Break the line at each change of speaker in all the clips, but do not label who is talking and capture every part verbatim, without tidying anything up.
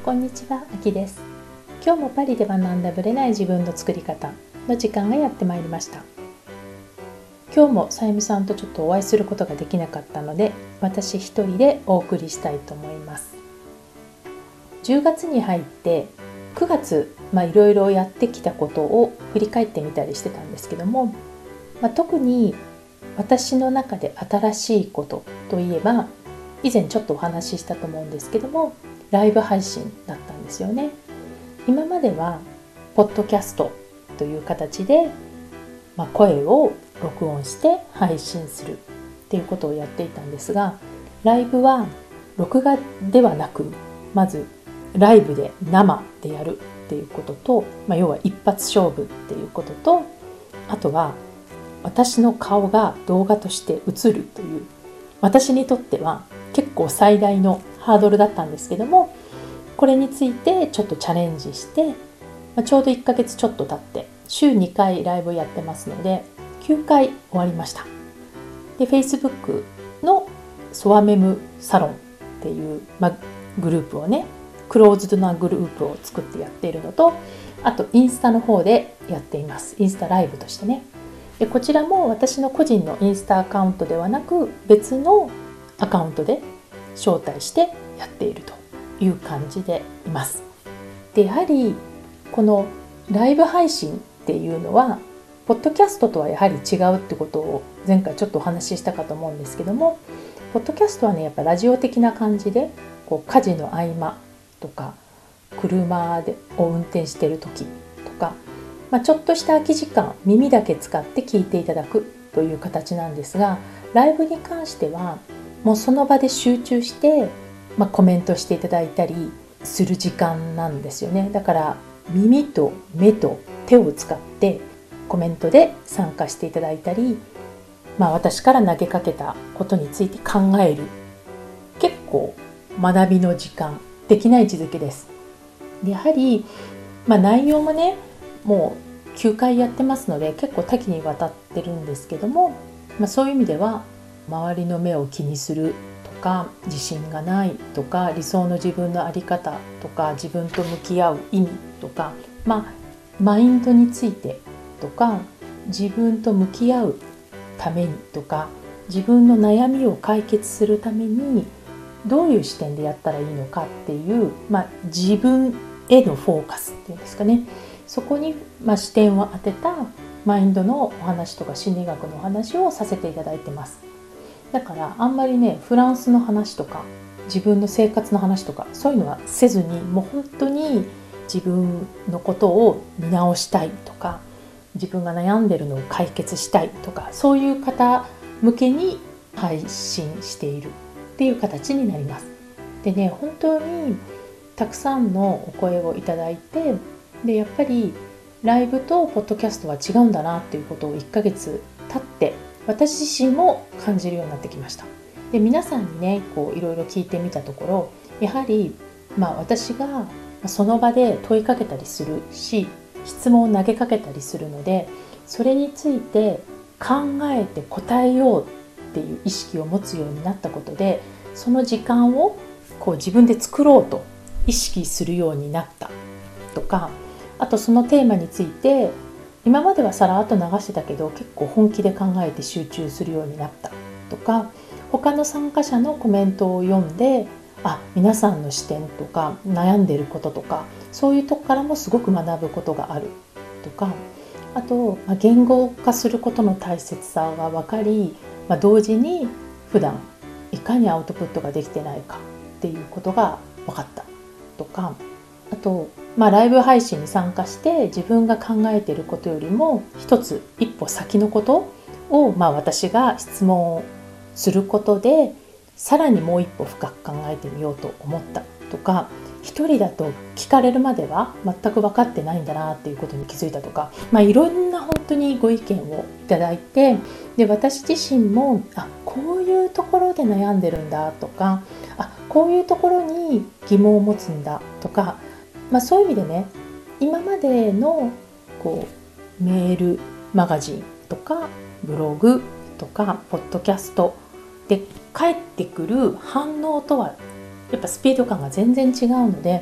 こんにちは、あきです。今日もパリで学んだブレない自分の作り方の時間がやってまいりました。今日もさゆみさんとちょっとお会いすることができなかったので、私一人でお送りしたいと思います。じゅうがつに入ってくがつ、まあ、いろいろやってきたことを振り返ってみたりしてたんですけども、まあ、特に私の中で新しいことといえば、以前ちょっとお話ししたと思うんですけども、ライブ配信だったんですよね。今まではポッドキャストという形で、まあ、声を録音して配信するっていうことをやっていたんですが、ライブは録画ではなく、まずライブで生でやるっていうことと、まあ、要は一発勝負っていうことと、あとは私の顔が動画として映るという、私にとっては結構最大のハードルだったんですけども、これについてちょっとチャレンジして、まあ、ちょうどいっかげつちょっと経って週にかいライブやってますのできゅうかい終わりました。で Facebook のソワメムサロンっていう、まあ、グループをね、クローズドなグループを作ってやっているのと、あとインスタの方でやっています。インスタライブとしてね。でこちらも私の個人のインスタアカウントではなく、別のアカウントで招待してやっているという感じでいます。でやはりこのライブ配信っていうのはポッドキャストとはやはり違うってことを前回ちょっとお話ししたかと思うんですけども、ポッドキャストはね、やっぱラジオ的な感じで、こう家事の合間とか車でを運転している時とか、まあ、ちょっとした空き時間、耳だけ使って聞いていただくという形なんですが、ライブに関してはもうその場で集中して、まあ、コメントしていただいたりする時間なんですよね。だから耳と目と手を使ってコメントで参加していただいたり、まあ、私から投げかけたことについて考える、結構学びの時間的な位置づけです。でやはり、まあ、内容もね、もうきゅうかいやってますので結構多岐にわたってるんですけども、まあ、そういう意味では周りの目を気にするとか、自信がないとか、理想の自分の在り方とか、自分と向き合う意味とか、まあ、マインドについてとか、自分と向き合うためにとか、自分の悩みを解決するためにどういう視点でやったらいいのかっていう、まあ、自分へのフォーカスっていうんですかね、そこに、まあ、視点を当てたマインドのお話とか心理学のお話をさせていただいてます。だからあんまりね、フランスの話とか自分の生活の話とかそういうのはせずに、もう本当に自分のことを見直したいとか、自分が悩んでるのを解決したいとか、そういう方向けに配信しているっていう形になります。でね、本当にたくさんのお声をいただいて、でやっぱりライブとポッドキャストは違うんだなっていうことをいっかげつ経って私自身も感じるようになってきました。で皆さんにね、こういろいろ聞いてみたところ、やはり、まあ、私がその場で問いかけたりするし、質問を投げかけたりするので、それについて考えて答えようっていう意識を持つようになったことで、その時間をこう自分で作ろうと意識するようになったとか、あとそのテーマについて今まではさらっと流してたけど結構本気で考えて集中するようになったとか、他の参加者のコメントを読んで、あ、皆さんの視点とか悩んでることとか、そういうとこからもすごく学ぶことがあるとか、あと、まあ、言語化することの大切さが分かり、まあ、同時に普段いかにアウトプットができてないかっていうことが分かったとか、あと、まあ、ライブ配信に参加して自分が考えていることよりも一つ一歩先のことを、まあ、私が質問をすることでさらにもう一歩深く考えてみようと思ったとか、一人だと聞かれるまでは全く分かってないんだなっていうことに気づいたとか、まあ、いろんな本当にご意見をいただいて、で私自身もあこういうところで悩んでるんだとか、あこういうところに疑問を持つんだとか、まあ、そういう意味でね、今までのこうメールマガジンとかブログとかポッドキャストで返ってくる反応とはやっぱスピード感が全然違うので、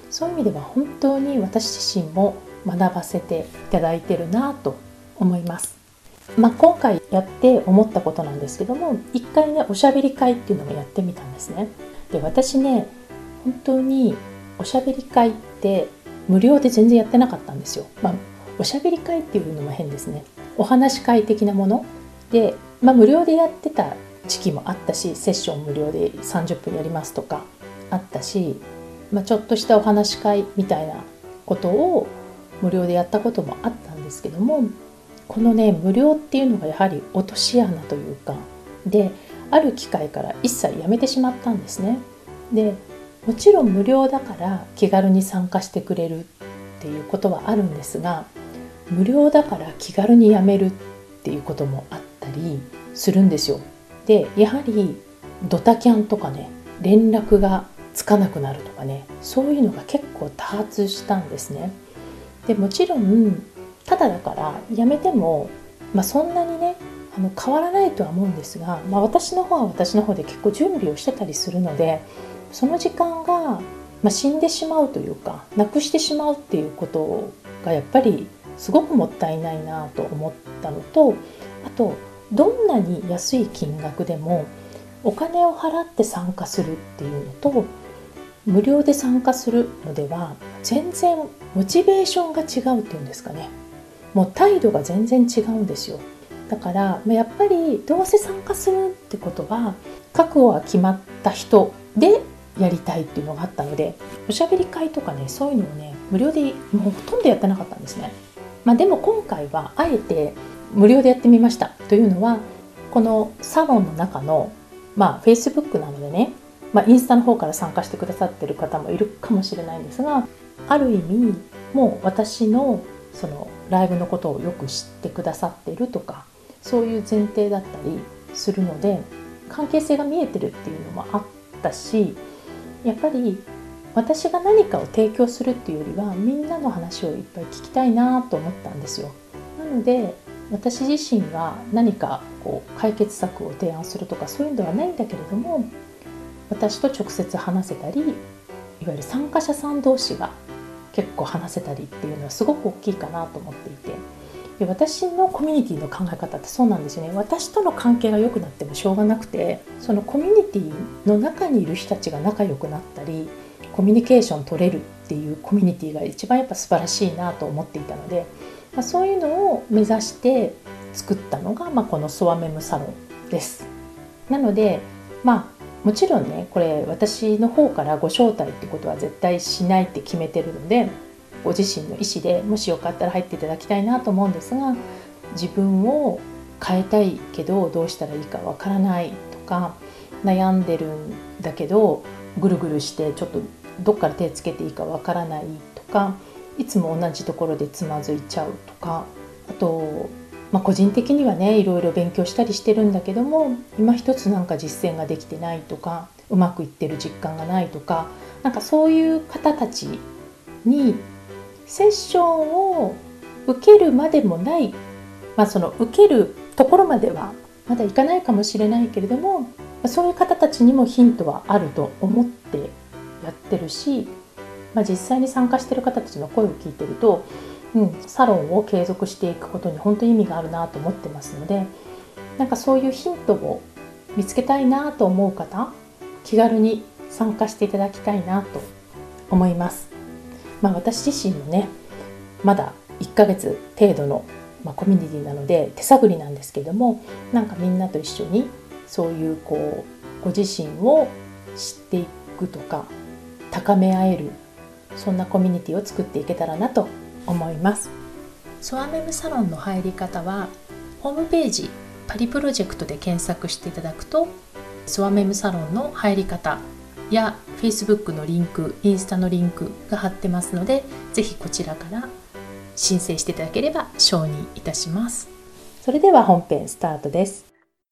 そういう意味では本当に私自身も学ばせていただいてるなと思います。まあ、今回やって思ったことなんですけども、一回ねおしゃべり会っていうのもやってみたんですね。で私ね本当におしゃべり会って無料で全然やってなかったんですよ。まあ、おしゃべり会っていうのも変ですね。お話し会的なもので、まあ、無料でやってた時期もあったし、セッション無料でさんじゅっぷんやりますとかあったし、まあ、ちょっとしたお話し会みたいなことを無料でやったこともあったんですけども、このね無料っていうのがやはり落とし穴というかで、ある機会から一切やめてしまったんですね。でもちろん無料だから気軽に参加してくれるっていうことはあるんですが、無料だから気軽にやめるっていうこともあったりするんですよ。でやはりドタキャンとかね、連絡がつかなくなるとかね、そういうのが結構多発したんですね。でもちろんただだからやめても、まあ、そんなにねあの変わらないとは思うんですが、まあ、私の方は私の方で結構準備をしてたりするので、その時間が、まあ、死んでしまうというかなくしてしまうっていうことがやっぱりすごくもったいないなと思ったのと、あとどんなに安い金額でもお金を払って参加するっていうのと無料で参加するのでは全然モチベーションが違うっていうんですかね。もう態度が全然違うんですよ。だからやっぱりどうせ参加するってことは覚悟が決まった人でやりたいっていうのがあったので、おしゃべり会とかねそういうのをね無料でもうほとんどやってなかったんですね。まあ、でも今回はあえて無料でやってみました。というのはこのサロンの中のまあ Facebook なのでね、まあ、インスタの方から参加してくださってる方もいるかもしれないんですが、ある意味もう私のそのライブのことをよく知ってくださっているとかそういう前提だったりするので関係性が見えてるっていうのもあったし、やっぱり私が何かを提供するっていうよりはみんなの話をいっぱい聞きたいなと思ったんですよ。なので私自身が何かこう解決策を提案するとかそういうのではないんだけれども、私と直接話せたり、いわゆる参加者さん同士が結構話せたりっていうのはすごく大きいかなと思っていて、で私のコミュニティの考え方ってそうなんですよね。私との関係が良くなってもしょうがなくて、そのコミュニティの中にいる人たちが仲良くなったりコミュニケーション取れるっていうコミュニティが一番やっぱ素晴らしいなと思っていたので、まあ、そういうのを目指して作ったのが、まあ、このソワメムサロンです。なのでまあもちろんねこれ私の方からご招待ってことは絶対しないって決めてるので、ご自身の意思でもしよかったら入っていただきたいなと思うんですが、自分を変えたいけどどうしたらいいかわからないとか、悩んでるんだけどぐるぐるしてちょっとどっから手つけていいかわからないとか、いつも同じところでつまずいちゃうとか、あと、まあ、個人的にはねいろいろ勉強したりしてるんだけども今一つなんか実践ができてないとか、うまくいってる実感がないとか、なんかそういう方たちにセッションを受けるまでもない、まあ、その受けるところまではまだいかないかもしれないけれども、そういう方たちにもヒントはあると思ってやってるし、まあ、実際に参加している方たちの声を聞いてると、うん、サロンを継続していくことに本当に意味があるなと思ってますので、なんかそういうヒントを見つけたいなと思う方、気軽に参加していただきたいなと思います。まあ、私自身もねまだいっかげつ程度の、まあ、コミュニティなので手探りなんですけども、なんかみんなと一緒にそういうこうご自身を知っていくとか高め合える、そんなコミュニティを作っていけたらなと思います。ソワメムサロンの入り方はホームページパリプロジェクトで検索していただくとソワメムサロンの入り方や Facebook のリンク、インスタのリンクが貼ってますので、ぜひこちらから申請していただければ承認いたします。それでは本編スタートです。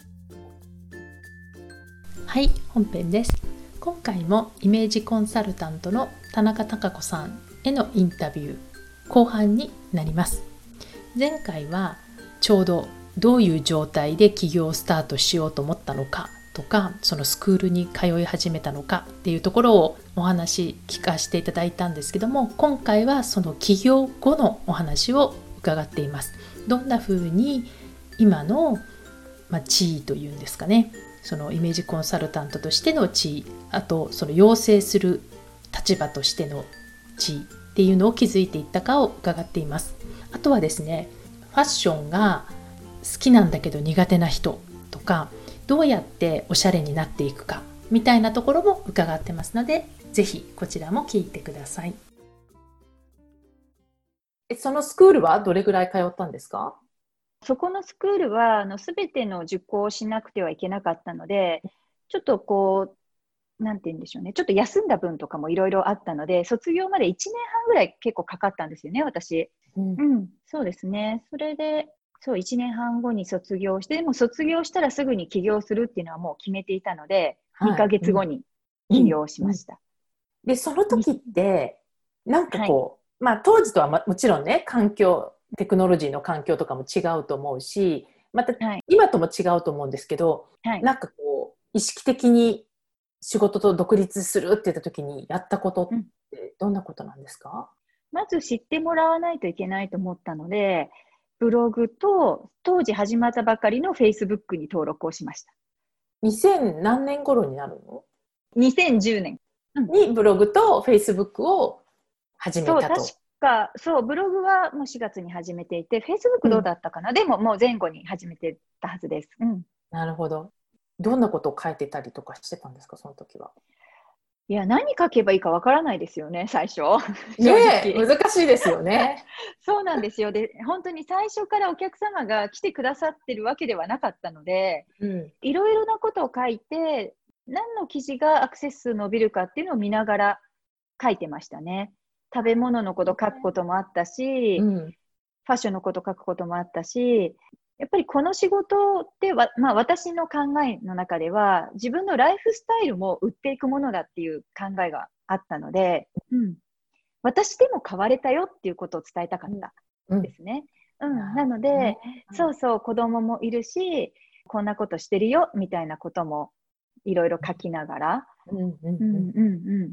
はい、本編です。今回もイメージコンサルタントの田中貴子さんへのインタビュー後半になります。前回はちょうどどういう状態で起業をスタートしようと思ったのかとか、そのスクールに通い始めたのかっていうところをお話聞かせていただいたんですけども、今回はその起業後のお話を伺っています。どんな風に今の、まあ、地位というんですかね、そのイメージコンサルタントとしての地位、あとその養成する立場としての地位っていうのを築いていったかを伺っています。あとはですね、ファッションが好きなんだけど苦手な人とか、どうやっておしゃれになっていくかみたいなところも伺ってますので、ぜひこちらも聞いてください。え、そのスクールはどれぐらい通ったんですか？
そこのスクールはあの全ての受講をしなくてはいけなかったので、ちょっとこう、なんて言うんでしょうね、ちょっと休んだ分とかもいろいろあったので、卒業までいちねんはんぐらい結構かかったんですよね、私。
うん、
うん、そうですね。それで、そう、いちねんはんごに卒業して、でも卒業したらすぐに起業するっていうのはもう決めていたので、2
はい、
ヶ月後に
うん、
起業し
うん。
ました。
で、その
に
時って、なんか
はい。
こう、まあ当時とは、ま、もちろんね、環境、テクノロジーの環境とかも違うと思うし、また
はい。
今とも違うと思うんですけど、
はい。
なんかこう、意識的に仕事と独立するって言った時にやったこと
うん。
ってどんなことなんですか？
まず知ってもらわないといけないと思ったので、ブログと当時始まったばかりの Facebook に登録をしました。
にせん何年頃になるの
にせんじゅうねん。うん。
にブログと Facebook を始め
そう、確
たと。
か、そう、ブログはもうしがつに始めていて、
う
Facebook どう
ん。
だったかな。でももう前後に始めてたはずです。うん。
なるほど。どんなことを書いてたりとかしてたんですか、その時は。
いや、何書けばいいかわからないですよね、最初。
ね
正
え、
直。
難しいですよね。
そうなんですよ。で、本当に最初からお客様が来てくださってるわけではなかったので、
うん。
いろいろなことを書いて、何の記事がアクセス数伸びるかっていうのを見ながら書いてましたね。食べ物のこと書くこともあったし、
うん。
ファッションのこと書くこともあったし、やっぱりこの仕事では、まあ私の考えの中では、自分のライフスタイルも売っていくものだっていう考えがあったので、うん、私でも変われたよっていうことを伝えたかった
うん。
ですね。うん、な
なるほどね。
ので、そうそう、子供もいるし、こんなことしてるよみたいなこともいろいろ書きながら、
うんうん
うん
うん。
うんうん、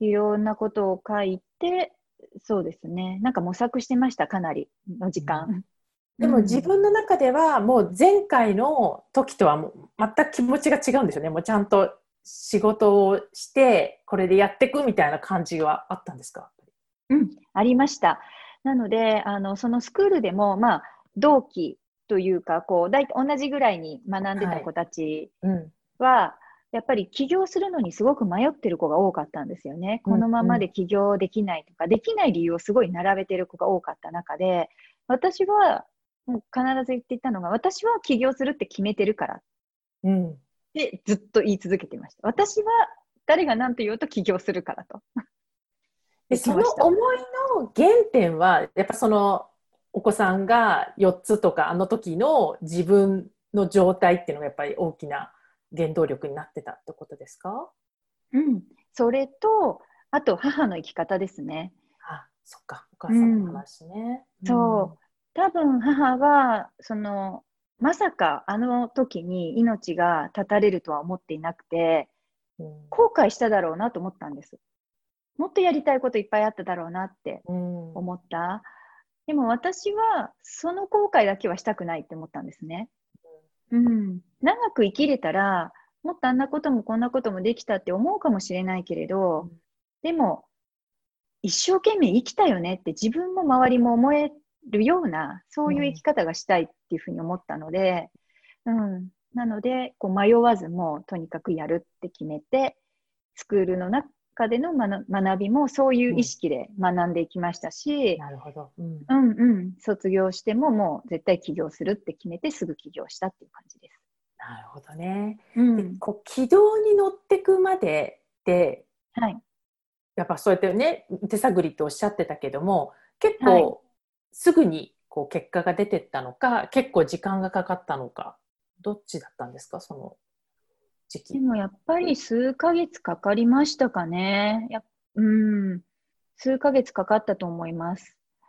いろんなことを書いて、そうですね、なんか模索してました、かなりの時
うん。
間。う
でも自
ん、
分の中ではもう前回の時とはもう全く気持ちが違うんですよね。もうちゃんと仕事をしてこれでやっていくみたいな感じはあったんですか？
うん、ありました。なので、あの、そのスクールでも、まあ、同期というか、こう、大体同じぐらいに学んで
はい。
た子たち
うん。
は、やっぱり起業するのにすごく迷ってる子が多かったんですよね。
うん
このま
うん。
まで起業できないとか、できない理由をすごい並べてる子が多かった中で、私はもう必ず言っていたのが、私は起業するって決めてるからっ
うん。
てずっと言い続けていました。私は誰が何と言おうと起業するからと
で、
言って
その
ました。
思いの原点は、やっぱそのお子さんがよっつとかあの時の自分の状態っていうのがやっぱり大きな原動力になってたってことですか？
うん。それと、あと母の生き方ですね。
あ、そっか、お母様の
うん。
話ね。うん。
そう。多分母は、その、まさかあの時に命が絶たれるとは思っていなくて、
うん。
後悔しただろうなと思ったんです。もっとやりたいこといっぱいあっただろうなって
うん。
思った。でも私は、その後悔だけはしたくないって思ったんですね。うん。長く生きれたら、もっとあんなこともこんなこともできたって思うかもしれないけれど、
うん。
でも、一生懸命生きたよねって自分も周りも思えるような、そういう生き方がしたいっていうふうに思ったので、うん。なので、こう迷わずもうとにかくやるって決めて、スクールの中での学びもそういう意
うん。
識で学んでいきましたし、
なるほど。うん。
うんうん、卒業してももう絶対起業するって決めてすぐ起業したっていう感じです。
なるほどね。で、
うん。
こう軌道に乗っていくまでで、
はい。
やっぱそうやってね、手探りっておっしゃってたけども、結
はい。
構すぐにこう結果が出てったのか、結構時間がかかったのか、どっちだったんですか、その時期。
でもやっぱり数ヶ月かかりましたかね。やうん。数ヶ月かかったと思います。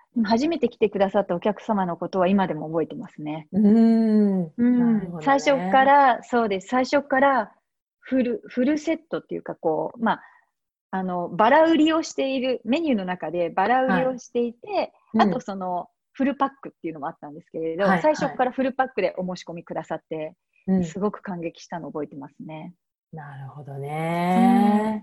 初めて来てくださったお客様のことは今でも覚えてますね。
うーん。
う
なるほどね。
ん、最初から、そうです。最初からフル、フルセットっていうか、こう、まあ、あの、バラ売りをしている、メニューの中でバラ売りをしていて、
はい。
あと
うん。
その、フルパックっていうのもあったんですけれど、
はい、
最初
はい。
からフルパックでお申し込みくださって、
うん。
すごく感激したのを覚えてますね。
なるほど
うん。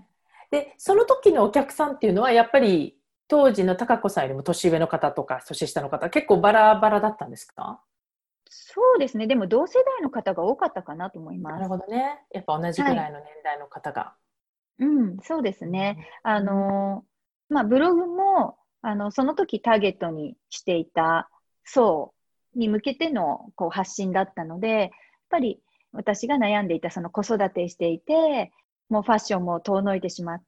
ね。で、その時のお客さんっていうのは、やっぱり当時の貴子さんよりも年上の方とか年下の方、結構バラバラだったんですか？
そうですね。でも同世代の方が多かったかなと思いま
なる
す。
ほどね。やっぱ同じぐ
はい。
らいの年代の方が。
うん、そうですね。あ
うん。
のーまあ、ブログも、あの、その時ターゲットにしていた層に向けてのこう発信だったので、やっぱり私が悩んでいたその子育てしていて、もうファッションも遠のいてしまって、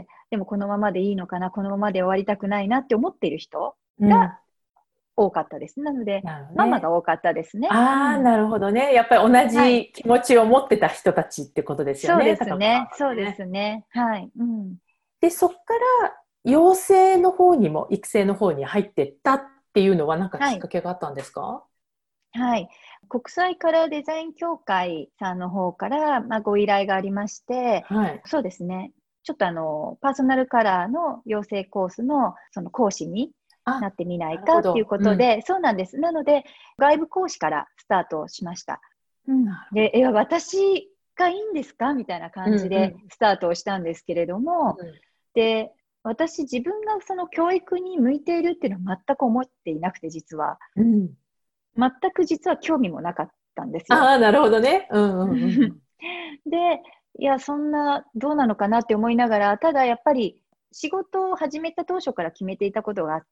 でもこのままでいいのかな、このままで終わりたくないなって思っている人が
うん。
多かったです。なので、
なるほど
ママが
ね。
多かったですね。う
ああ、
ん。
なるほどね。やっぱり同
はい。
じ気持ちを持ってた人たちってことですよ
そうで
ね、貴子さん
すね。そうで
はね。
すね。はい。うん。
で、そっから養成の方にも育成の方に入ってったっていうのは何かきっ
はい。
かけがあったんですか？
はい。国際カラーデザイン協会さんの方から、まあ、ご依頼がありまして、
はい。
そうですね。ちょっとあの、パーソナルカラーの養成コースのその講師にな
あ、
ってみない
なるほど。
かっていうこ
うん。
とで、そうなんです。なので、外部講師からスタートしました。うん。で、え、私がいいんですかみたいな感じで
うんうん。
スタートをしたんですけれども、
うん。
で、私自分がその教育に向いているっていうのは全く思っていなくて、実は。
うん。
全く実は興味もなかったんですよ。
ああ、なるほどね。うんうんうんうん。
で、いや、そんな、どうなのかなって思いながら、ただやっぱり仕事を始めた当初から決めていたことがあって、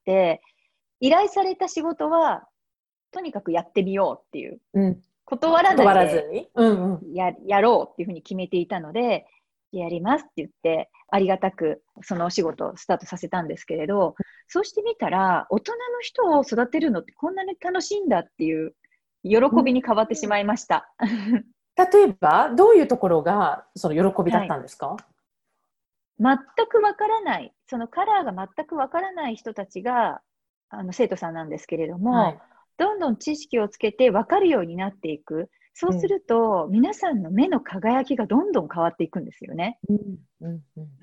依頼された仕事は、とにかくやってみようっていう、
うん。
断らな
断
いで
らずに。うんうん。
ややろうっていうふうに決めていたので、やりますって言って、ありがたくそのお仕事をスタートさせたんですけれど、そうしてみたら、大人の人を育てるのってこんなに楽しいんだっていう喜
うん。
びに変わってしまいました。
例えば、どういうところがその喜びだっ
はい。
たんですか？
全くわからない、そのカラーが全くわからない人たちが、あの生徒さんなんですけれども、
はい。
どんどん知識をつけてわかるようになっていく。そうす
うん。
ると、皆さんの目の輝きがどんどん変わっていくんですよね。
うんうんうん。
うん。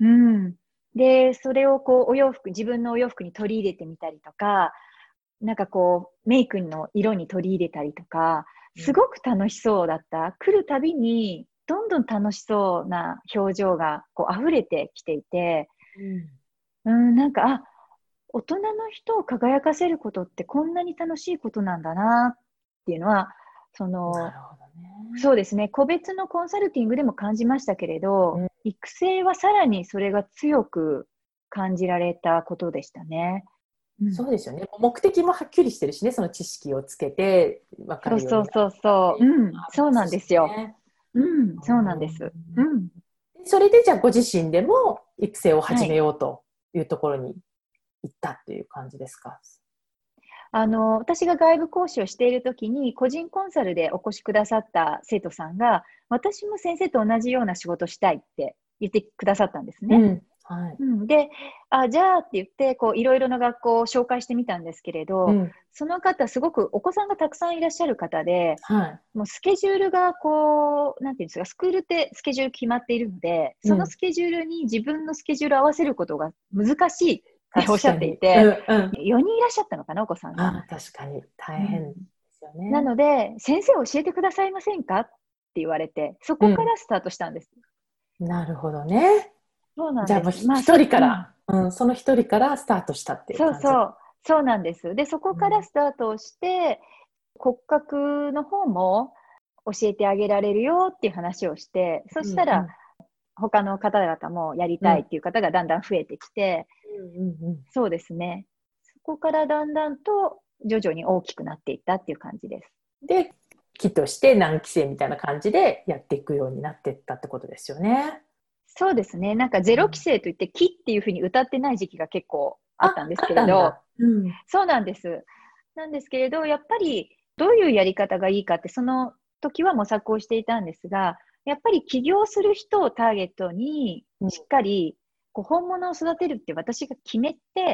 で、それをこう、お洋服、自分のお洋服に取り入れてみたりとか、なんかこう、メイクの色に取り入れたりとか、
うん。
すごく楽しそうだった。来るたびに、どんどん楽しそうな表情がこう溢れてきていて、
うん。
うん、なんか、あ、大人の人を輝かせることってこんなに楽しいことなんだなっていうのは、その、
なるほどね。
そうですね、個別のコンサルティングでも感じましたけれど、
うん。
育成はさらにそれが強く感じられたことでしたね。うん、
そうですよね。目的もはっきりしてるしね、その知識をつけて分か
そう
るようになる
そうそうそう、
っていうのも
うん、そうなん
ありますし
ですよ。
ね。
うん、そうなんで
うん。
す。うん、
それでじゃあご自身でも育成を
はい。
始めようというところに行ったっていう感じですか？
あの、私が外部講師をしているときに、個人コンサルでお越しくださった生徒さんが、私も先生と同じような仕事したいって言ってくださったんですね。
うん。はい。
うん、で、あ、じゃあって言って、こう、いろいろな学校を紹介してみたんですけれど、
うん。
その方、すごくお子さんがたくさんいらっしゃる方で、
はい。
もうスケジュールがこう、なんていうんですか、スクールってスケジュール決まっているので、その
うん。
スケジュールに自分のスケジュールを合わせることが難しいっておっしゃってい
確かに。う
て、
んうん。
よにんいらっしゃったのかな、お子さんが。
ああ、確かに大
うん、
変ですよ
な
ね。
ので、先生教えてくださいませんかって言われて、そこか
うん。
らスタートしたんです。
なるほどね。
そうなんです。
じゃあもうひ
まあ、そ、
一人か
うん。
ら、うん、その一人からスタートしたっていう感じ。
そうそう、そうなんです。で、そこから
うん。
スタートをして、骨格の方も教えてあげられるよっていう話をして、そしたら、
うんうん。
他の方々もやり
うん。
たいっていう方がだんだん増えてきて、
うんうんうん。
そうですね。そこからだんだんと徐々に大きくなっていったっていう感じです。
で、期として何期生みたいな感じでやっていくようになっていったってことですよね。
そうですね。なんかゼロ規
うん。
制といって、木っていうふうに歌ってない時期が結構あ
あ、
ったんです
あっ
けれど、
たんだ。うん。
そうなんです。なんですけれど、やっぱりどういうやり方がいいかって、その時は模索をしていたんですが、やっぱり起業する人をターゲットに
うん。
しっかりこう本物を育てるって私が決めて、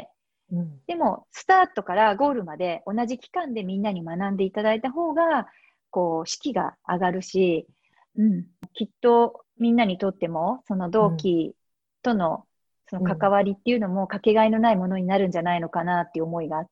うん、
でも、スタートからゴールまで同じ期間でみんなに学んでいただいた方が、こう、士気が上がるし、うん、きっとみんなにとっても、その同期とのその関わりっていうのもかけがえのないものになるんじゃないのかなっていう思いがあって、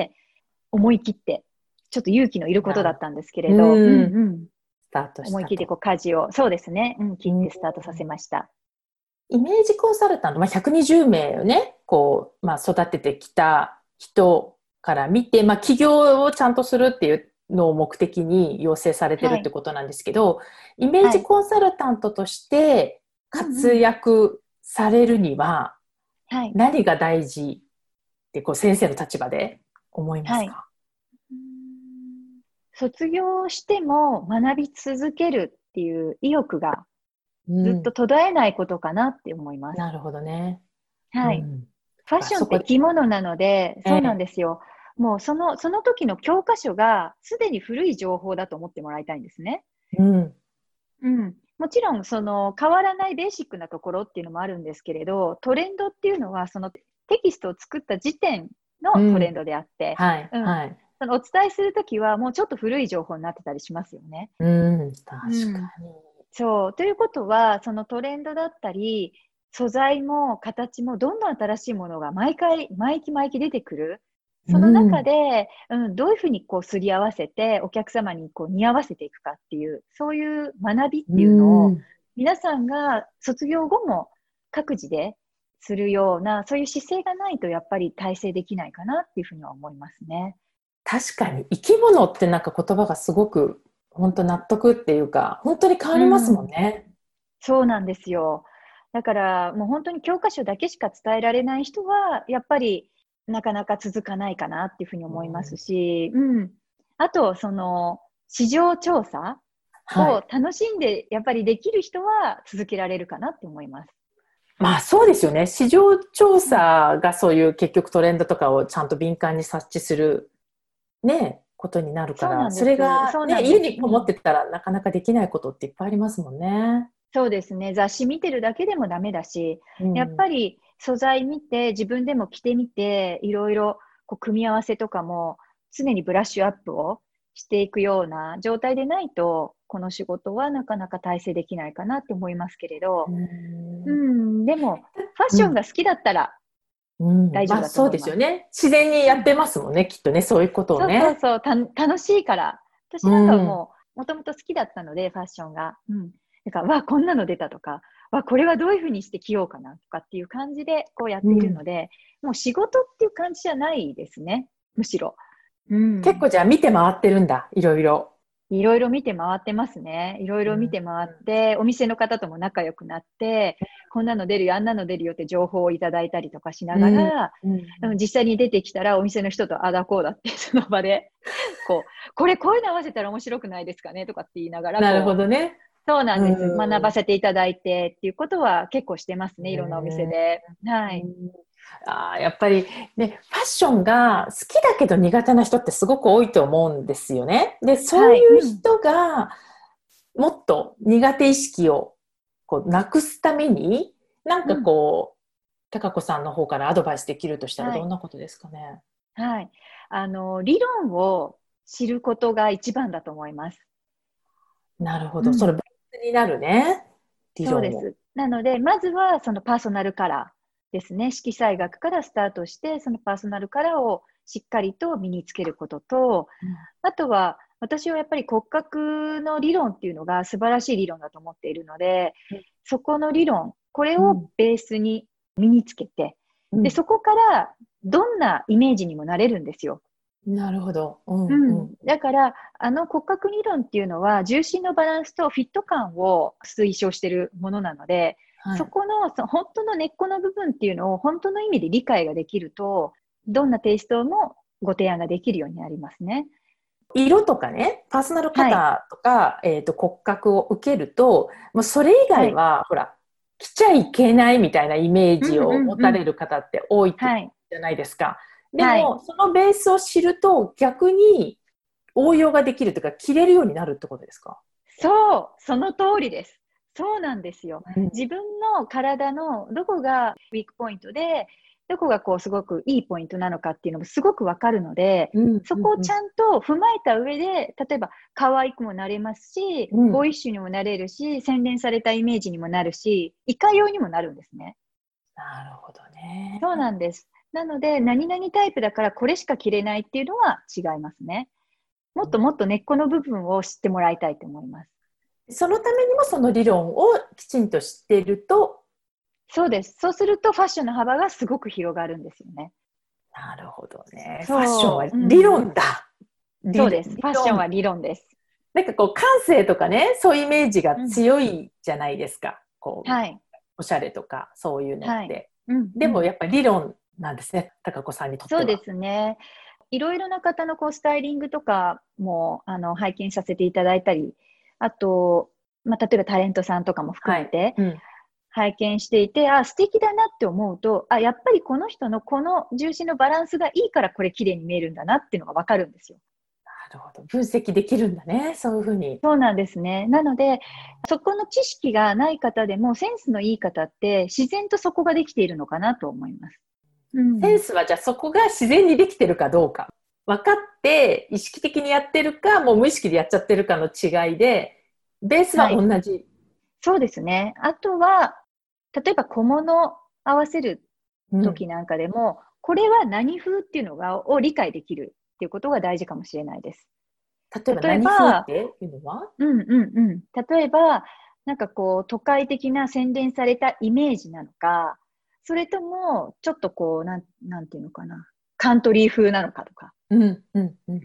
思い切って、ちょっと勇気のいることだったんですけれど、うんうん、
スタートしたと。
思い切ってこう舵を、そうですね、うん、切ってスタートさせました。
イメージコンサルタント、まあ、ひゃくにじゅうめいをね、こう、まあ、育ててきた人から見て、まあ、起業をちゃんとするっていうのを目的に要請されてるってことなんですけど、はい、イメージコンサルタントとして活躍されるには、何が大事ってこう先生の立場で思いますか？はい、
卒業しても学び続けるっていう意欲がずっと途絶えないことかなって思います。
うん、なるほどね。
はい。うん、ファッションって生き物なので、そうなんですよ。えー、もうその、その時の教科書がすでに古い情報だと思ってもらいたいんですね。
うん。
うん。もちろん、その変わらないベーシックなところっていうのもあるんですけれど、トレンドっていうのは、そのテキストを作った時点のトレンドであって、
うん、はい、うん、はい。
そのお伝えするときは、もうちょっと古い情報になってたりしますよね。
うん、確かに。うん、
そう。ということは、そのトレンドだったり、素材も形もどんどん新しいものが毎回、毎期毎期出てくる。その中で、うん、うん、どういうふうにこうすり合わせて、お客様にこう似合わせていくかっていう、そういう学びっていうのを、皆さんが卒業後も各自でするような、そういう姿勢がないとやっぱり体制できないかなっていうふうには思いますね。
確かに、生き物ってなんか言葉がすごく、本当納得っていうか、本当に変わりますもんね。
うん、そうなんですよ。だからもう本当に教科書だけしか伝えられない人は、やっぱりなかなか続かないかなっていうふうに思いますし、うん、うん。あと、その市場調査を楽しんでやっぱりできる人は続けられるかなって思います。
まあそうですよね。市場調査がそういう結局トレンドとかをちゃんと敏感に察知するね、ことになるから、それがね、家にこもってたらなかなかできないことっていっぱいありますもんね。
そうですね。雑誌見てるだけでもダメだし、うん、やっぱり素材見て、自分でも着てみて、いろいろこう組み合わせとかも常にブラッシュアップをしていくような状態でないと、この仕事はなかなか体制できないかなって思いますけれど、うん、うん、でも、ファッションが好きだったら大丈夫だと思います。
まあ、そうですよね。自然にやってますもんね、うん、きっとね、そういうことをね。
そうそうそうた、楽しいから。私なんかもう、もともと好きだったので、ファッションが。うん。だから、わ、こんなの出たとか、わ、これはどういうふうにして着ようかなとかっていう感じで、こうやっているので、うん、もう仕事っていう感じじゃないですね。むしろ。
うん、結構じゃあ見て回ってるんだ、いろいろ。
いろいろ見て回ってますね。いろいろ見て回って、うん、お店の方とも仲良くなって、こんなの出るよ、あんなの出るよって情報をいただいたりとかしながら、うんうん、実際に出てきたらお店の人とあだこうだって、その場で、こう、これこういうの合わせたら面白くないですかねとかって言いながら、
なるほどね。
そうなんです、うん。学ばせていただいてっていうことは結構してますね、いろんなお店で。はい。
あ、やっぱりね、ファッションが好きだけど苦手な人ってすごく多いと思うんですよね。で、そういう人がもっと苦手意識をこうなくすために、なんかこう、うん、貴子さんの方からアドバイスできるとしたらどんなことですかね。
はい。はい、あの、理論を知ることが一番だと思います。
なるほど。うん、それベースになるね。
そうです。なので、まずはそのパーソナルカラー。ですね、色彩学からスタートして、そのパーソナルカラーをしっかりと身につけることと、うん、あとは私はやっぱり骨格の理論っていうのが素晴らしい理論だと思っているので、うん、そこの理論、これをベースに身につけて、うん、でそこからどんなイメージにもなれるんですよ。
なるほど。うん
うん、だから、あの骨格理論っていうのは、重心のバランスとフィット感を推奨しているものなので、はい、そこのその本当の根っこの部分っていうのを本当の意味で理解ができると、どんなテイストもご提案ができるようになりますね。
色とかね、パーソナルカラーとか、はい、えーと、骨格を受けると、もうそれ以外は、はい、ほら、着ちゃいけないみたいなイメージを持たれる方って多いじゃないですか。はい、でも、はい、そのベースを知ると逆に応用ができるというか、着れるようになるってことですか？
そう、その通りです。そうなんですよ。うん、自分の体のどこがウィークポイントで、 どこがこうすごくいいポイントなのかっていうのもすごくわかるので、
うん、
そこをちゃんと踏まえた上で、例えば可愛くもなれますし、
うん、
ボーイッシュにもなれるし、洗練されたイメージにもなるし、いかようにもなるんですね。
なるほどね。
そうなんです。なので、何々タイプだからこれしか着れないっていうのは違いますね。もっともっと根っこの部分を知ってもらいたいと思います。
そのためにもその理論をきちんと知っていると。
そうです。そうするとファッションの幅がすごく広がるんですよね。
なるほどね。フ
そう
ァッションは理論だ。
うん、そうです。ファッションは理論です。
なんかこう感性とかね、そういうイメージが強いじゃないですか。うん、こう、はい、おしゃれとかそういうのって。はいうん、でもやっぱり理論なんですね、貴子さんにとっては。
そうですね。いろいろな方のこうスタイリングとかもあの拝見させていただいたり、あと、まあ、例えばタレントさんとかも含めて拝見していて、はいうん、あ、素敵だなって思うと、あ、やっぱりこの人のこの重心のバランスがいいからこれ綺麗に見えるんだなっていうのがわかるんですよ。
なるほど。分析できるんだね、そういうふうに。
そうなんですね。なので、そこの知識がない方でもセンスのいい方って自然とそこができているのかなと思います。
うん、センスはじゃあそこが自然にできてるかどうか。分かって意識的にやってるか、もう無意識でやっちゃってるかの違いで、ベースは同じ。はい、
そうですね。あとは、例えば小物合わせる時なんかでも、うん、これは何風っていうのがを理解できるっていうことが大事かもしれないです。
例えば何風っていうのは？
うんうんうん。例えば、なんかこう、都会的な洗練されたイメージなのか、それとも、ちょっとこう、なん、なんていうのかな。カントリー風なのかとか。
うん、うん、うん。
うん。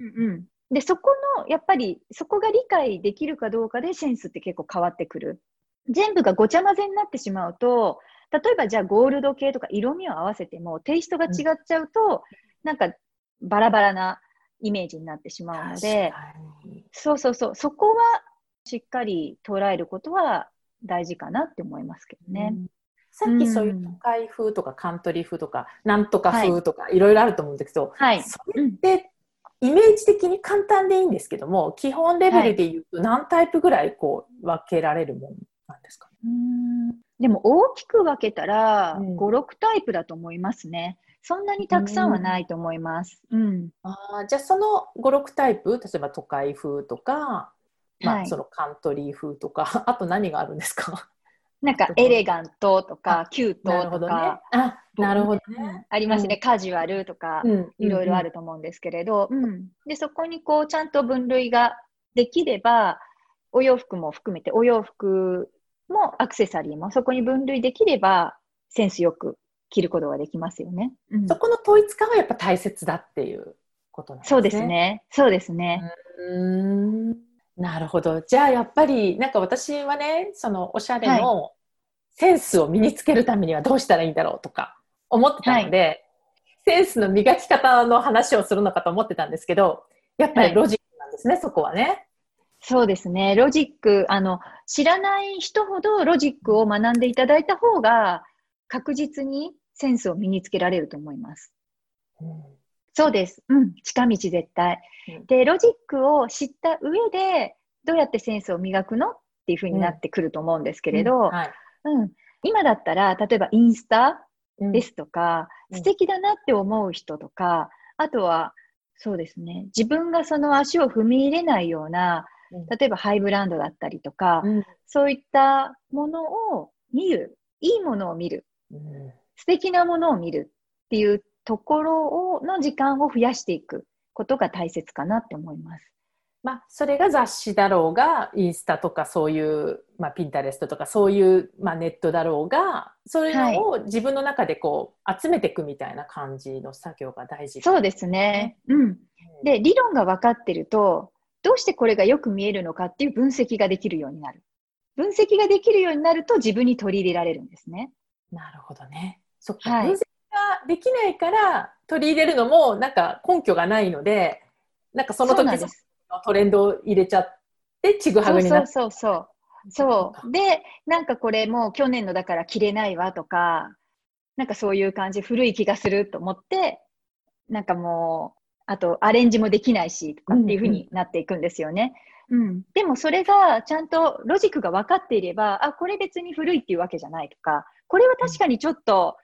で、そこの、やっぱり、そこが理解できるかどうかでセンスって結構変わってくる。全部がごちゃ混ぜになってしまうと、例えばじゃあゴールド系とか色味を合わせても、テイストが違っちゃうと、うん、なんかバラバラなイメージになってしまうので、そうそうそう、そこはしっかり捉えることは大事かなって思いますけどね。うん、
さっきそういう都会風とかカントリー風とか、なんとか風とかいろいろあると思うんですけど、はい、それってイメージ的に簡単でいいんですけども、基本レベルでいうと何タイプぐらいこう分けられるものなんですか？
うーんでも大きく分けたらご、ろくタイプだと思いますね。そんなにたくさんはないと思います。うん、
あじゃあそのご、ろくタイプ、例えば都会風とか、まあはい、そのカントリー風とか、あと何があるんですか？
なんかエレガントとかキュートとか、
あ、なるほどね。
ありますね、うん、カジュアルとか、いろいろあると思うんですけれど、うんうん、でそこにこうちゃんと分類ができれば、お洋服も含めて、お洋服もアクセサリーもそこに分類できれば、センスよく着ることができますよね。
うん、そこの統一感はやっぱ大切だっていうことなんですね。
そうですね。そうですね。
うーんなるほど。じゃあやっぱりなんか私はね、そのおしゃれのセンスを身につけるためにはどうしたらいいんだろうとか思ってたので、はい、センスの磨き方の話をするのかと思ってたんですけど、やっぱりロジックなんですね、はい、そこはね。
そうですね。ロジック、あの、知らない人ほどロジックを学んでいただいた方が確実にセンスを身につけられると思います。うん、そうです。うん。近道絶対。うん、で、ロジックを知った上で、どうやってセンスを磨くのっていう風になってくると思うんですけれど、うんはいうん、今だったら、例えばインスタですとか、うん、素敵だなって思う人とか、あとは、そうですね、自分がその足を踏み入れないような、例えばハイブランドだったりとか、うん、そういったものを見る、いいものを見る、うん、素敵なものを見るっていうところをの時間を増やしていくことが大切かなって思います。
まあ、それが雑誌だろうが、インスタとかそういう、まあ、ピンタレストとかそういう、まあ、ネットだろうが、そういうのを自分の中でこう集めていくみたいな感じの作業が大事、ね、
そうですね。うん。で、理論が分かってると、どうしてこれがよく見えるのかっていう分析ができるようになる。分析ができるようになると自分に取り入れられるんですね。
なるほどね。そっか、はい、分析ができないから取り入れるのもなんか根拠がないので、なんかその時のトレンドを入れちゃってちぐはぐになって。
そうそうそうそう。そう。で、なんかこれもう去年のだから着れないわとか、なんかそういう感じ、古い気がすると思って、なんかもう、あとアレンジもできないしとかっていう風になっていくんですよね。うん、うんうん、でもそれがちゃんとロジックが分かっていれば、あ、これ別に古いっていうわけじゃないとか、これは確かにちょっと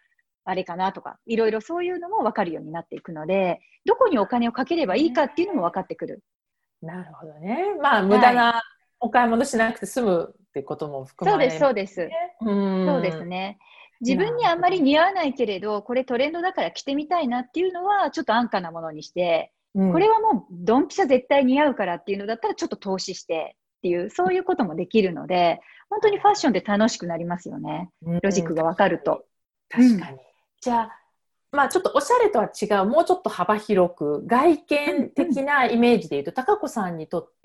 あれかなとか、いろいろそういうのも分かるようになっていくので、どこにお金をかければいいかっていうのも分かってくる。
なるほどね。まあ、無駄なお買い物しなくて済むってことも含
そうです、
まれますね。
そうです。
うん。
そうですね。自分にあんまり似合わないけれど、これトレンドだから着てみたいなっていうのは、ちょっと安価なものにして、
うん、
これはもうドンピシャ絶対似合うからっていうのだったら、ちょっと投資してっていう、そういうこともできるので、本当にファッションって楽しくなりますよね。ロジックが分かると。
確かに。うん、じゃあ、まあちょっとおしゃれとは違う、もうちょっと幅広く、外見的なイメージでいうと、貴子さんにとって、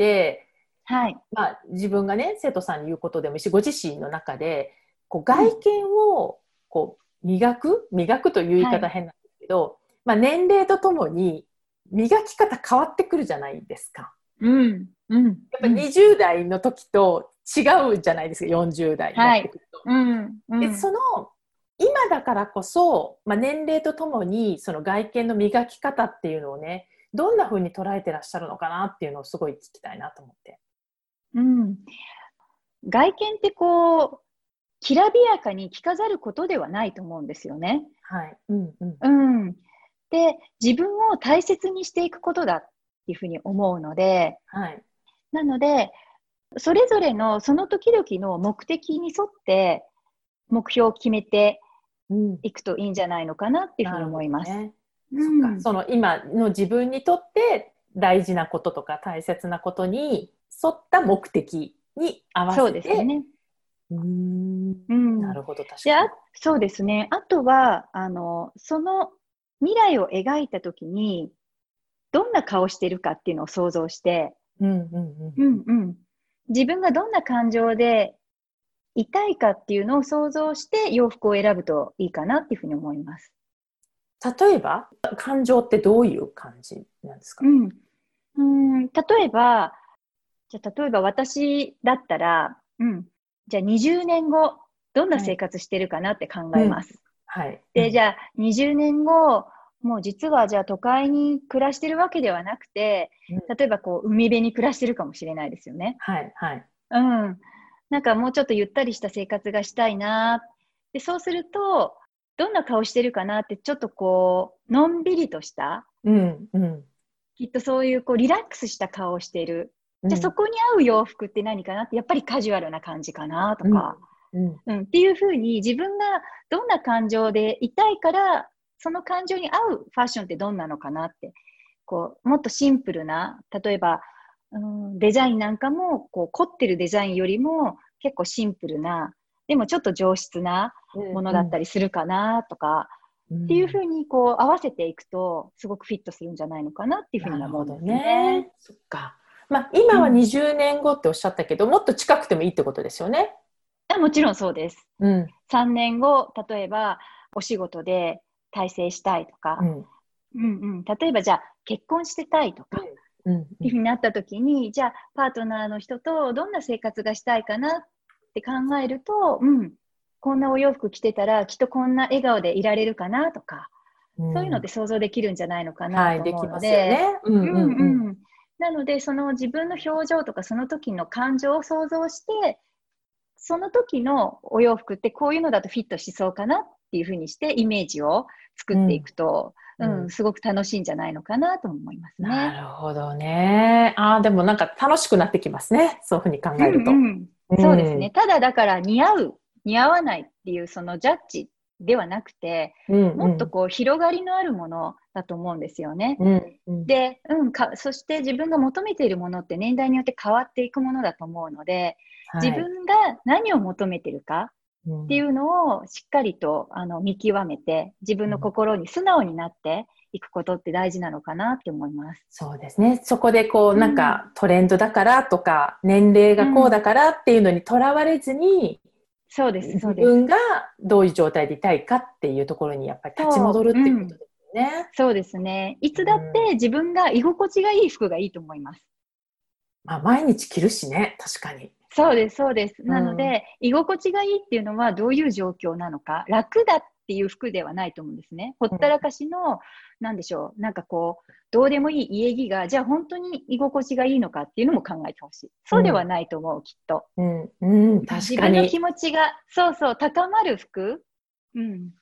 はい。
まあ自分がね、生徒さんに言うことでもいいし、ご自身の中で、こう外見をこう磨く磨くという言い方変なんですけど、はい、まあ年齢とともに磨き方変わってくるじゃないですか。
うんうん、やっ
ぱにじゅう代の時と違うじゃないですか、よんじゅう代になってくると。
はい、うんうん、
でその今だからこそ、まあ、年齢とともにその外見の磨き方っていうのをね、どんな風に捉えてらっしゃるのかなっていうのをすごい聞きたいなと思って。
うん、外見ってこうきらびやかに着飾ることではないと思うんですよね。
はい。うんうん。
うん。で、自分を大切にしていくことだっていうふうに思うので、
はい。な
ので、それぞれのその時々の目的に沿って目標を決めていくといいんじゃないのかなっていうふうに思います。ね、
うん、そっか。その今の自分にとって大事なこととか大切なことに沿った目的に合わせて。そうですね。うーん、うん、なるほど、確かに。
で、そうですね。あとは、あの、その未来を描いたときに、どんな顔してるかっていうのを想像して、
うんうんうん
うんうん、自分がどんな感情でいたいかっていうのを想像して洋服を選ぶといいかなっていうふうに思います。
例えば、感情ってどういう感じなんですか？
うん、うん例えば、じゃあ例えば私だったら、うん、じゃあにじゅうねんご、どんな生活してるかなって考えます。
はい。うんはい、
で、じゃあにじゅうねんご、もう実はじゃあ都会に暮らしてるわけではなくて、例えばこう海辺に暮らしてるかもしれないですよね。
はい、はい。
うん。なんかもうちょっとゆったりした生活がしたいな。で、そうすると、どんな顔してるかなって、ちょっとこう、のんびりとした、
うんうん、
きっとそういうこうリラックスした顔をしている。じゃあそこに合う洋服って何かなって、やっぱりカジュアルな感じかなとか、うんうん、っていうふうに自分がどんな感情でいたいから、その感情に合うファッションってどんなのかなって、こうもっとシンプルな、例えば、うん、デザインなんかもこう凝ってるデザインよりも結構シンプルな、でもちょっと上質なものだったりするかなとか、うんうん、っていうふうにこう合わせていくとすごくフィットするんじゃないのかなっていうふうに思うんですね。
なるほどね。そっか。まあ、今はにじゅうねんごっておっしゃったけど、うん、もっと近くてもいいってことですよね。
もちろんそうです。
うん、
さんねんご、例えばお仕事で大成したいとか、うんうんうん、例えばじゃあ結婚してたいとか、うんうん、っていうふうになった時に、じゃあパートナーの人とどんな生活がしたいかなって考えると、うん、こんなお洋服着てたらきっとこんな笑顔でいられるかなとか、うん、そういうのって想像できるんじゃないのかなと思うので、なのでその自分の表情とかその時の感情を想像して、その時のお洋服ってこういうのだとフィットしそうかなっていうふうにしてイメージを作っていくと、うんうん、すごく楽しいんじゃないのかなと思いますね。
なるほどね。ああ、でもなんか楽しくなってきますね。そういうふうに考えると。うん
うん、そうですね。ただだから似合う、似合わないっていうそのジャッジではなくて、うんうん、もっとこう広がりのあるものだと思うんですよね。うんうん、で、うんか、そして自分が求めているものって年代によって変わっていくものだと思うので、自分が何を求めてるかっていうのをしっかりとあの見極めて、自分の心に素直になっていくことって大事なのかなって思います。
そうですね。そこでこう、なんかトレンドだからとか、年齢がこうだからっていうのにとらわれずに、うん、
そうです、そう
です。自分がどういう状態でいたいかっていうところにやっぱり立ち戻るっていうことですね。
うん、そうですね。いつだって自分が居心地がいい服がいいと思います。
まあ、毎日着るしね、確かに。
そうです、そうです。なので、うん、居心地がいいっていうのはどういう状況なのか、楽だっていう服ではないと思うんですね。ほったらかしの、うん、なんでしょう、なんかこう、どうでもいい家着が、じゃあ本当に居心地がいいのかっていうのも考えてほしい。そうではないと思う、うん、きっと。
うん、うん、確かに。
自分の気持ちが、そうそう、高まる服、うん、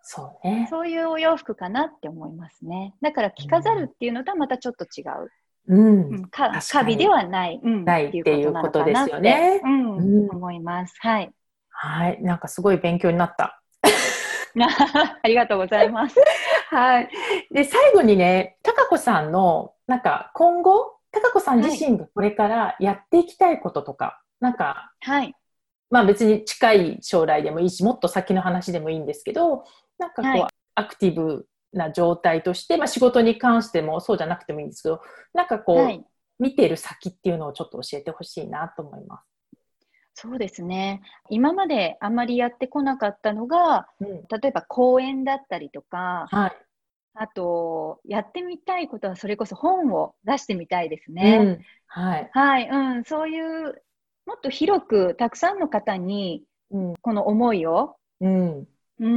そうね。
そういうお洋服かなって思いますね。だから着飾るっていうのとはまたちょっと違う。
うん、
うん、か
確
カビで
かに
はない、うん、
ない
っていう
っていう
ことなの
ことですよ
かなって、
ね。
うん、
うん、
思います。はい。
はい、なんかすごい勉強になった。
ありがとうございます。
はい。で、最後にね、貴子さんの、なんか今後、貴子さん
はい。
自身がこれからやっていきたいこととか、なんか、
はい。
まあ別に近い将来でもいいし、もっと先の話でもいいんですけど、なんかこう、
はい。
アクティブな状態として、まあ仕事に関してもそうじゃなくてもいいんですけど、なんかこ
はい。
う、見てる先っていうのをちょっと教えてほしいなと思います。
そうですね。今まであまりやってこなかったのが、
うん。
例えば講演だったりとか、
はい。
あと、やってみたいことはそれこそ本を出してみたいです
う
ね。
ん。はい。
はい、うん、そういう、もっと広くたくさんの方に
うん。
この思いを、
うん。
うん、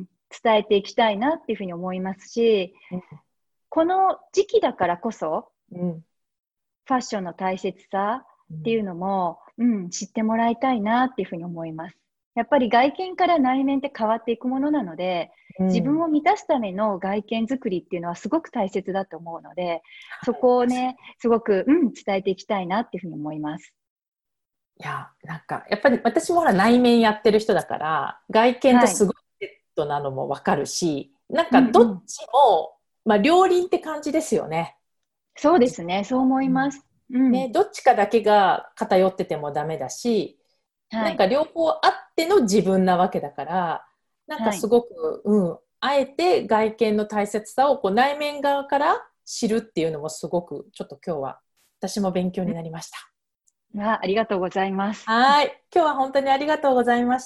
伝えていきたいなっていうふうに思いますし、
うん。
この時期だからこそ、
うん。
ファッションの大切さっていう
うん。
のも、うん、知ってもらいたいなっていうふうに思います。やっぱり外見から内面って変わっていくものなので、自分を満たすための外見作りっていうのはすごく大切だと思うので、そこをね、すごく、うん、伝えていきたいなっていうふうに思います。
いや、なんか、やっぱり私もほら内面やってる人だから、外見と
はい。
すごいセットなのもわかるし、なん
うん
かど
うん。
っちも、まあ両輪って感じですよね。
そうですね。そう思い
うん。
ます。うん。
ね、どっちかだけが偏っててもダメだし、
はい。
なんか両方あっての自分なわけだから、なんか
はい。
すごく、うん、あえて外見の大切さをこう内面側から知るっていうのもすごく、ちょっと今日は私も勉強になりました。
あ、ありがとうございます。
はい。今日は本当にありがとうございました。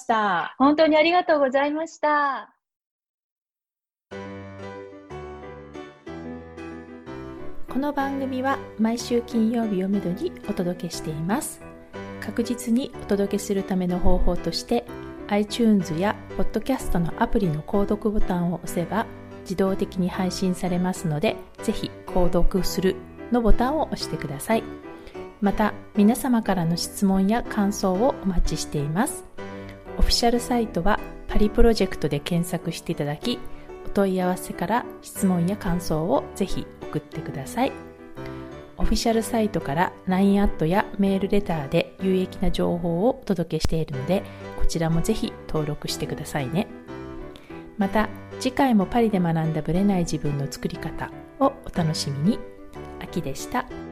本当にありがとうございました。
この番組は毎週金曜日をめどにお届けしています。確実にお届けするための方法として iTunes や Podcast のアプリの購読ボタンを押せば自動的に配信されますので、ぜひ購読するのボタンを押してください。また皆様からの質問や感想をお待ちしています。オフィシャルサイトはパリプロジェクトで検索していただき、お問い合わせから質問や感想をぜひ送ってください。オフィシャルサイトから ライン アットやメールレターで有益な情報をお届けしているので、こちらもぜひ登録してくださいね。また次回もパリで学んだブレない自分の作り方をお楽しみに。あきでした。